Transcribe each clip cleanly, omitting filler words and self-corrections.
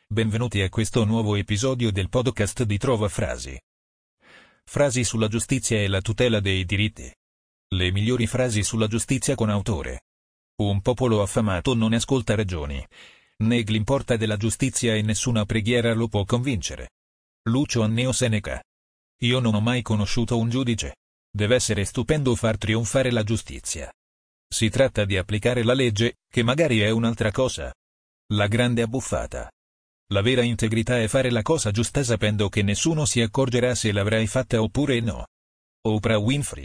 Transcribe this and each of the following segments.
Benvenuti a questo nuovo episodio del podcast di Trova Frasi. Frasi sulla giustizia e la tutela dei diritti. Le migliori frasi sulla giustizia con autore. Un popolo affamato non ascolta ragioni, né l'importa della giustizia e nessuna preghiera lo può convincere. Lucio Anneo Seneca. Io non ho mai conosciuto un giudice. Deve essere stupendo far trionfare la giustizia. Si tratta di applicare la legge, che magari è un'altra cosa. La grande abbuffata. La vera integrità è fare la cosa giusta sapendo che nessuno si accorgerà se l'avrai fatta oppure no. Oprah Winfrey.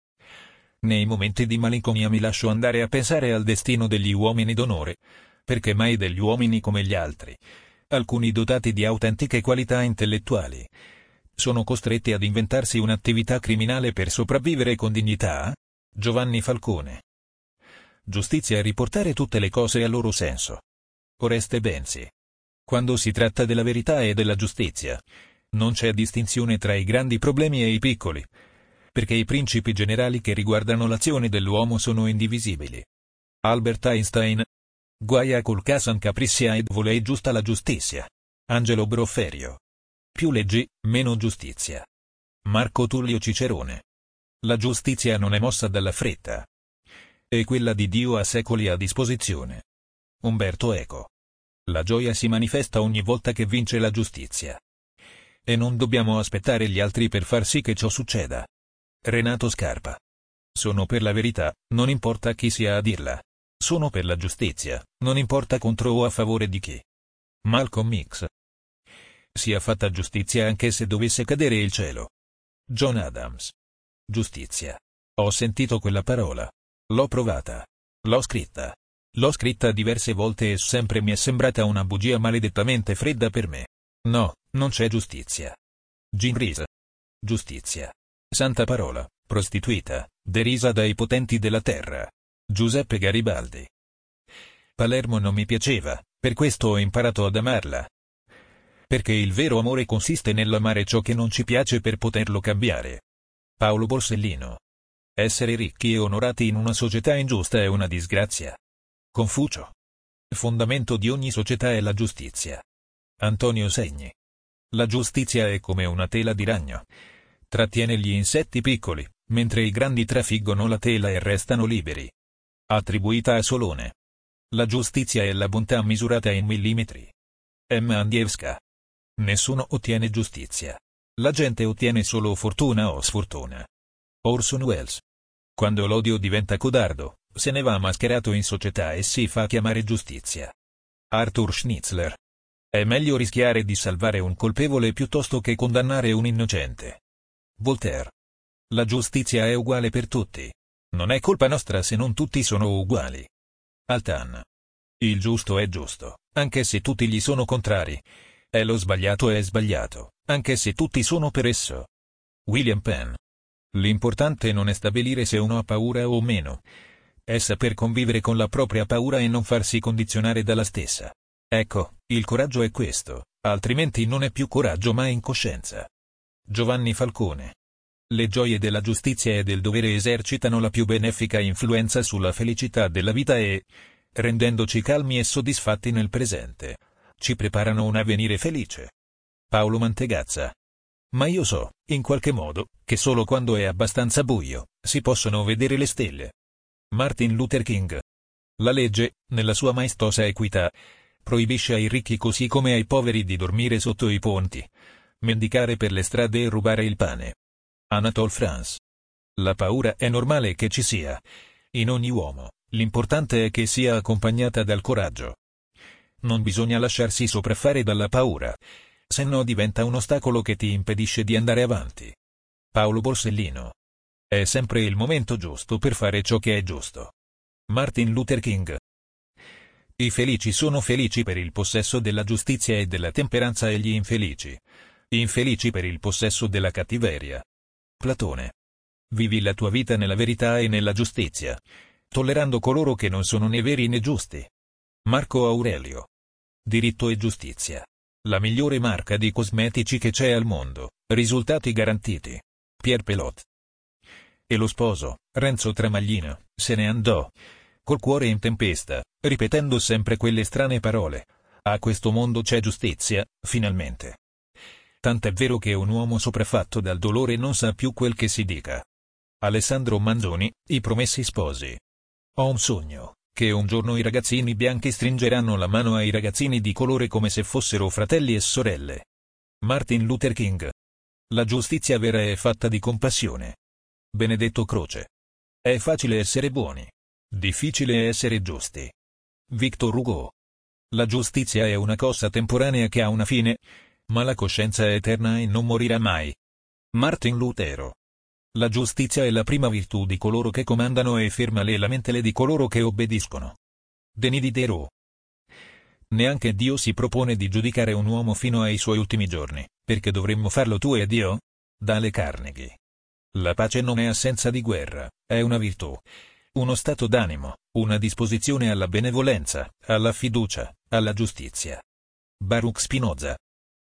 Nei momenti di malinconia mi lascio andare a pensare al destino degli uomini d'onore, perché mai degli uomini come gli altri, alcuni dotati di autentiche qualità intellettuali, sono costretti ad inventarsi un'attività criminale per sopravvivere con dignità? Giovanni Falcone. Giustizia è riportare tutte le cose al loro senso. Oreste Benzi. Quando si tratta della verità e della giustizia, non c'è distinzione tra i grandi problemi e i piccoli, perché i principi generali che riguardano l'azione dell'uomo sono indivisibili. Albert Einstein. Guaia col casan capriccia ed volei giusta la giustizia. Angelo Broferio. Più leggi, meno giustizia. Marco Tullio Cicerone. La giustizia non è mossa dalla fretta. È quella di Dio a secoli a disposizione. Umberto Eco. La gioia si manifesta ogni volta che vince la giustizia. E non dobbiamo aspettare gli altri per far sì che ciò succeda. Renato Scarpa. Sono per la verità, non importa chi sia a dirla. Sono per la giustizia, non importa contro o a favore di chi. Malcolm X. Sia fatta giustizia anche se dovesse cadere il cielo. John Adams. Giustizia. Ho sentito quella parola. L'ho provata. L'ho scritta. L'ho scritta diverse volte e sempre mi è sembrata una bugia maledettamente fredda per me. No, non c'è giustizia. Jim Rees. Giustizia. Santa parola, prostituita, derisa dai potenti della terra. Giuseppe Garibaldi. Palermo non mi piaceva, per questo ho imparato ad amarla. Perché il vero amore consiste nell'amare ciò che non ci piace per poterlo cambiare. Paolo Borsellino. Essere ricchi e onorati in una società ingiusta è una disgrazia. Confucio. Fondamento di ogni società è la giustizia. Antonio Segni. La giustizia è come una tela di ragno. Trattiene gli insetti piccoli, mentre i grandi trafiggono la tela e restano liberi. Attribuita a Solone. La giustizia è la bontà misurata in millimetri. Emma Andievska. Nessuno ottiene giustizia. La gente ottiene solo fortuna o sfortuna. Orson Welles. Quando l'odio diventa codardo, se ne va mascherato in società e si fa chiamare giustizia. Arthur Schnitzler. È meglio rischiare di salvare un colpevole piuttosto che condannare un innocente. Voltaire. La giustizia è uguale per tutti. Non è colpa nostra se non tutti sono uguali. Altan. Il giusto è giusto, anche se tutti gli sono contrari. E lo sbagliato è sbagliato, anche se tutti sono per esso. William Penn. L'importante non è stabilire se uno ha paura o meno. È saper convivere con la propria paura e non farsi condizionare dalla stessa. Ecco, il coraggio è questo, altrimenti non è più coraggio ma incoscienza. Giovanni Falcone. Le gioie della giustizia e del dovere esercitano la più benefica influenza sulla felicità della vita e, rendendoci calmi e soddisfatti nel presente, ci preparano un avvenire felice. Paolo Mantegazza. Ma io so, in qualche modo, che solo quando è abbastanza buio, si possono vedere le stelle. Martin Luther King. La legge, nella sua maestosa equità, proibisce ai ricchi così come ai poveri di dormire sotto i ponti, mendicare per le strade e rubare il pane. Anatole France. La paura è normale che ci sia, in ogni uomo, l'importante è che sia accompagnata dal coraggio. Non bisogna lasciarsi sopraffare dalla paura, se no diventa un ostacolo che ti impedisce di andare avanti. Paolo Borsellino. È sempre il momento giusto per fare ciò che è giusto. Martin Luther King. I felici sono felici per il possesso della giustizia e della temperanza e gli infelici per il possesso della cattiveria. Platone. Vivi la tua vita nella verità e nella giustizia, tollerando coloro che non sono né veri né giusti. Marco Aurelio. Diritto e giustizia. La migliore marca di cosmetici che c'è al mondo, risultati garantiti. Pierre Pelot. E lo sposo, Renzo Tramaglino, se ne andò, col cuore in tempesta, ripetendo sempre quelle strane parole. A questo mondo c'è giustizia, finalmente. Tant'è vero che un uomo sopraffatto dal dolore non sa più quel che si dica. Alessandro Manzoni, I Promessi Sposi. Ho un sogno, che un giorno i ragazzini bianchi stringeranno la mano ai ragazzini di colore come se fossero fratelli e sorelle. Martin Luther King. La giustizia vera è fatta di compassione. Benedetto Croce. È facile essere buoni. Difficile essere giusti. Victor Hugo. La giustizia è una cosa temporanea che ha una fine, ma la coscienza è eterna e non morirà mai. Martin Lutero. La giustizia è la prima virtù di coloro che comandano e ferma le lamentele di coloro che obbediscono. Denis Diderot. Neanche Dio si propone di giudicare un uomo fino ai suoi ultimi giorni, perché dovremmo farlo tu e Dio? Dale Carnegie. La pace non è assenza di guerra, è una virtù. Uno stato d'animo, una disposizione alla benevolenza, alla fiducia, alla giustizia. Baruch Spinoza.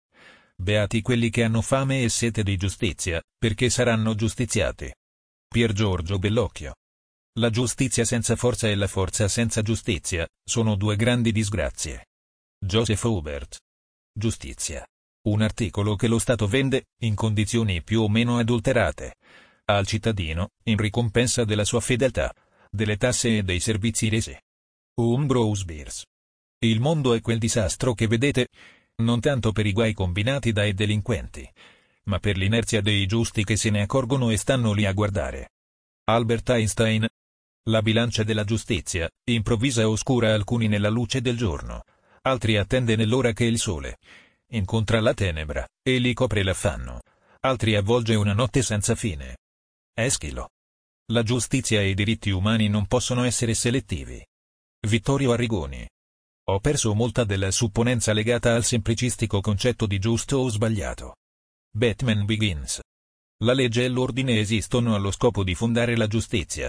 Beati quelli che hanno fame e sete di giustizia, perché saranno giustiziati. Pier Giorgio Bellocchio. La giustizia senza forza e la forza senza giustizia, sono due grandi disgrazie. Joseph Hubert. Giustizia. Un articolo che lo Stato vende, in condizioni più o meno adulterate, al cittadino, in ricompensa della sua fedeltà, delle tasse e dei servizi resi. Ambrose Bierce. Il mondo è quel disastro che vedete, non tanto per i guai combinati dai delinquenti, ma per l'inerzia dei giusti che se ne accorgono e stanno lì a guardare. Albert Einstein. La bilancia della giustizia, improvvisa e oscura alcuni nella luce del giorno, altri attende nell'ora che il sole incontra la tenebra, e li copre l'affanno, altri avvolge una notte senza fine. Eschilo. La giustizia e i diritti umani non possono essere selettivi. Vittorio Arrigoni. Ho perso molta della supponenza legata al semplicistico concetto di giusto o sbagliato. Batman Begins. La legge e l'ordine esistono allo scopo di fondare la giustizia.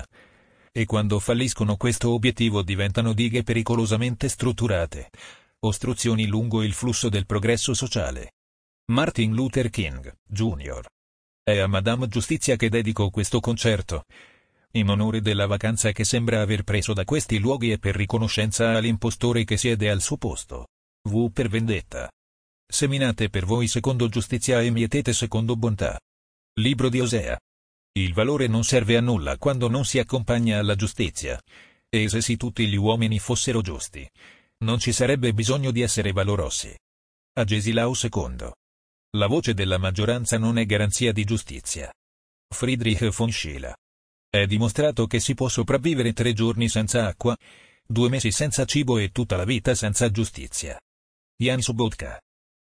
E quando falliscono questo obiettivo diventano dighe pericolosamente strutturate, ostruzioni lungo il flusso del progresso sociale. Martin Luther King, Jr. È a Madame Giustizia che dedico questo concerto, in onore della vacanza che sembra aver preso da questi luoghi e per riconoscenza all'impostore che siede al suo posto. V per vendetta. Seminate per voi secondo giustizia e mietete secondo bontà. Libro di Osea. Il valore non serve a nulla quando non si accompagna alla giustizia. E se sì tutti gli uomini fossero giusti, non ci sarebbe bisogno di essere valorosi. Agesilao II. La voce della maggioranza non è garanzia di giustizia. Friedrich von Schiller. È dimostrato che si può sopravvivere 3 giorni senza acqua, 2 mesi senza cibo e tutta la vita senza giustizia. Jan Sobotka.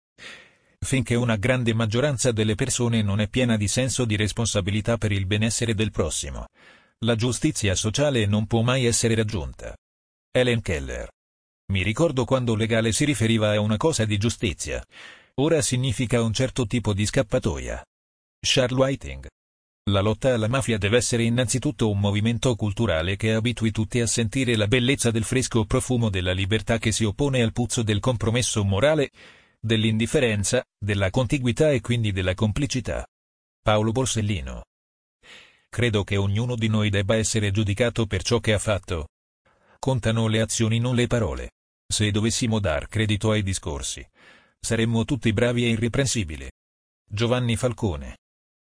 Finché una grande maggioranza delle persone non è piena di senso di responsabilità per il benessere del prossimo, la giustizia sociale non può mai essere raggiunta. Helen Keller. Mi ricordo quando legale si riferiva a una cosa di giustizia, ora significa un certo tipo di scappatoia. Charles Whiting. La lotta alla mafia deve essere innanzitutto un movimento culturale che abitui tutti a sentire la bellezza del fresco profumo della libertà che si oppone al puzzo del compromesso morale, dell'indifferenza, della contiguità e quindi della complicità. Paolo Borsellino. Credo che ognuno di noi debba essere giudicato per ciò che ha fatto. Contano le azioni, non le parole. Se dovessimo dar credito ai discorsi, saremmo tutti bravi e irreprensibili. Giovanni Falcone.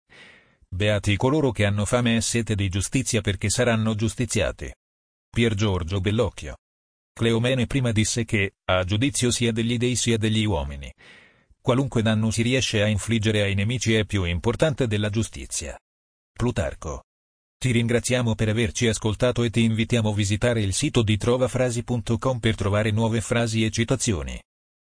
Beati coloro che hanno fame e sete di giustizia perché saranno giustiziati. Pier Giorgio Bellocchio. Cleomene prima disse che, a giudizio sia degli dei sia degli uomini, qualunque danno si riesce a infliggere ai nemici è più importante della giustizia. Plutarco. Ti ringraziamo per averci ascoltato e ti invitiamo a visitare il sito di trovafrasi.com per trovare nuove frasi e citazioni.